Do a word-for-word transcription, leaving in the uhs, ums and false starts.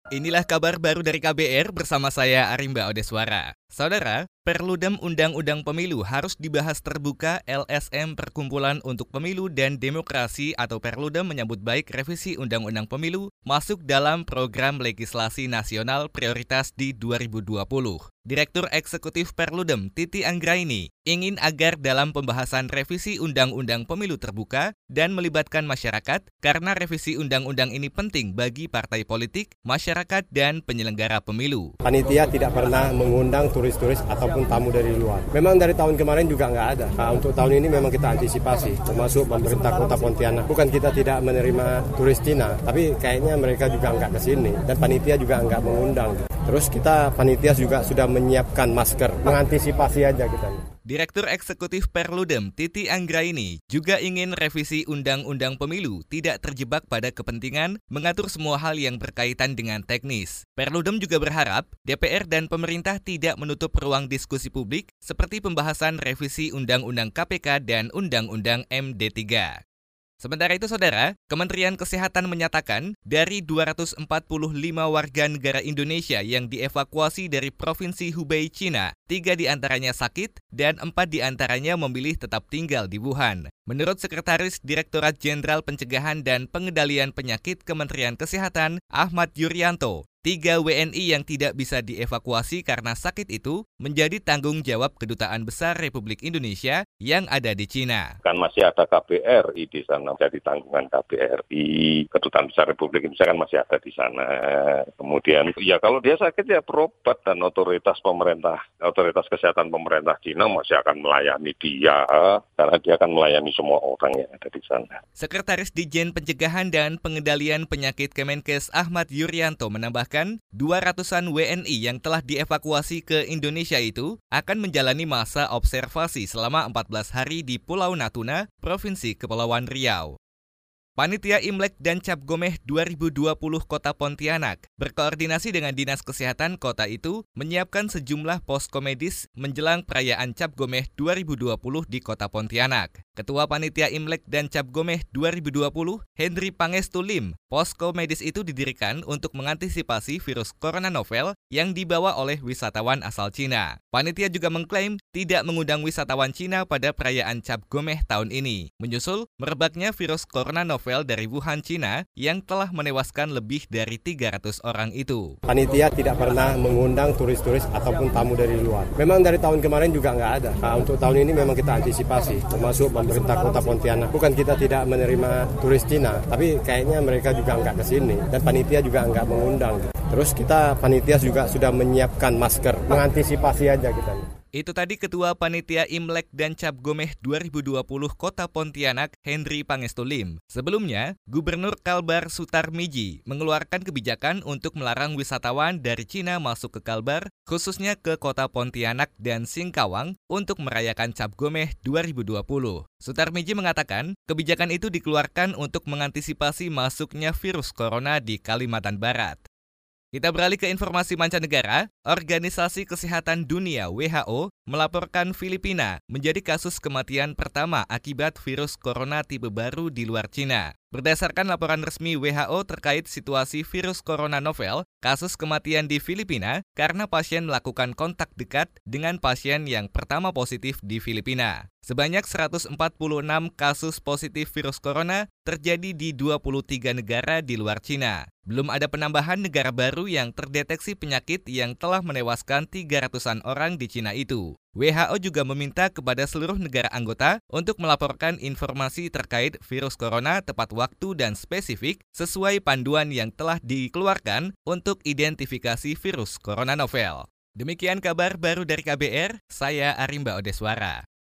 Inilah kabar baru dari K B R bersama saya Arimba Odeswara. Saudara, Perludem Undang-Undang Pemilu harus dibahas terbuka. L S M Perkumpulan untuk Pemilu dan Demokrasi atau Perludem menyambut baik revisi Undang-Undang Pemilu masuk dalam program legislasi nasional prioritas di dua ribu dua puluh. Direktur Eksekutif Perludem, Titi Anggraini, ingin agar dalam pembahasan revisi Undang-Undang Pemilu terbuka dan melibatkan masyarakat karena revisi undang-undang ini penting bagi partai politik, masyarakat, dan penyelenggara pemilu. Panitia tidak pernah mengundang turis-turis ataupun tamu dari luar. Memang dari tahun kemarin juga nggak ada. Nah, untuk tahun ini memang kita antisipasi, termasuk pemerintah Kota Pontianak. Bukan kita tidak menerima turis Cina, tapi kayaknya mereka juga nggak ke sini dan panitia juga nggak mengundang. Terus kita panitia juga sudah menyiapkan masker, mengantisipasi aja kita. Direktur Eksekutif Perludem, Titi Anggraini, juga ingin revisi Undang-Undang Pemilu tidak terjebak pada kepentingan mengatur semua hal yang berkaitan dengan teknis. Perludem juga berharap D P R dan pemerintah tidak menutup ruang diskusi publik seperti pembahasan revisi Undang-Undang K P K dan Undang-Undang M D tiga. Sementara itu, Saudara, Kementerian Kesehatan menyatakan dari dua ratus empat puluh lima warga negara Indonesia yang dievakuasi dari Provinsi Hubei, Cina, tiga diantaranya sakit dan empat diantaranya memilih tetap tinggal di Wuhan. Menurut Sekretaris Direktorat Jenderal Pencegahan dan Pengendalian Penyakit Kementerian Kesehatan, Ahmad Yuryanto, tiga W N I yang tidak bisa dievakuasi karena sakit itu menjadi tanggung jawab Kedutaan Besar Republik Indonesia yang ada di Cina. Kan masih ada K B R I di sana, jadi tanggungan K B R I, Kedutaan Besar Republik Indonesia kan masih ada di sana. Kemudian, ya kalau dia sakit ya berobat dan otoritas pemerintah, otoritas kesehatan pemerintah Cina masih akan melayani dia, karena dia akan melayani semua orang yang ada di sana. Sekretaris Dijen Pencegahan dan Pengendalian Penyakit Kemenkes Ahmad Yuryanto menambahkan, dua ratusan W N I yang telah dievakuasi ke Indonesia itu akan menjalani masa observasi selama empat belas hari di Pulau Natuna, Provinsi Kepulauan Riau. Panitia Imlek dan Cap Gomeh dua ribu dua puluh Kota Pontianak berkoordinasi dengan Dinas Kesehatan kota itu menyiapkan sejumlah posko medis menjelang perayaan Cap Gomeh dua ribu dua puluh di Kota Pontianak. Ketua Panitia Imlek dan Cap Gomeh dua ribu dua puluh, Hendri Pangestu Lim, posko medis itu didirikan untuk mengantisipasi virus corona novel yang dibawa oleh wisatawan asal Cina. Panitia juga mengklaim tidak mengundang wisatawan Cina pada perayaan Cap Gomeh tahun ini, menyusul merebaknya virus corona novel dari Wuhan, Cina yang telah menewaskan lebih dari tiga ratus orang itu. Panitia tidak pernah mengundang turis-turis ataupun tamu dari luar. Memang dari tahun kemarin juga nggak ada. Nah, untuk tahun ini memang kita antisipasi, termasuk pemerintah Kota Pontianak. Bukan kita tidak menerima turis Cina, tapi kayaknya mereka juga nggak ke sini dan panitia juga nggak mengundang. Terus kita panitia juga sudah menyiapkan masker, mengantisipasi aja kita. Itu tadi Ketua Panitia Imlek dan Cap Gomeh dua ribu dua puluh Kota Pontianak, Hendri Pangestu Lim. Sebelumnya, Gubernur Kalbar Sutarmiji mengeluarkan kebijakan untuk melarang wisatawan dari Cina masuk ke Kalbar, khususnya ke Kota Pontianak dan Singkawang untuk merayakan Cap Gomeh dua ribu dua puluh. Sutarmiji mengatakan, kebijakan itu dikeluarkan untuk mengantisipasi masuknya virus corona di Kalimantan Barat. Kita beralih ke informasi mancanegara. Organisasi Kesehatan Dunia W H O melaporkan Filipina menjadi kasus kematian pertama akibat virus corona tipe baru di luar Cina. Berdasarkan laporan resmi W H O terkait situasi virus corona novel, kasus kematian di Filipina karena pasien melakukan kontak dekat dengan pasien yang pertama positif di Filipina. Sebanyak seratus empat puluh enam kasus positif virus corona terjadi di dua puluh tiga negara di luar Cina. Belum ada penambahan negara baru yang terdeteksi penyakit yang telah menewaskan tiga ratusan orang di Cina itu. W H O juga meminta kepada seluruh negara anggota untuk melaporkan informasi terkait virus corona tepat waktu dan spesifik sesuai panduan yang telah dikeluarkan untuk identifikasi virus corona novel. Demikian kabar baru dari K B R, saya Arimba Odeswara.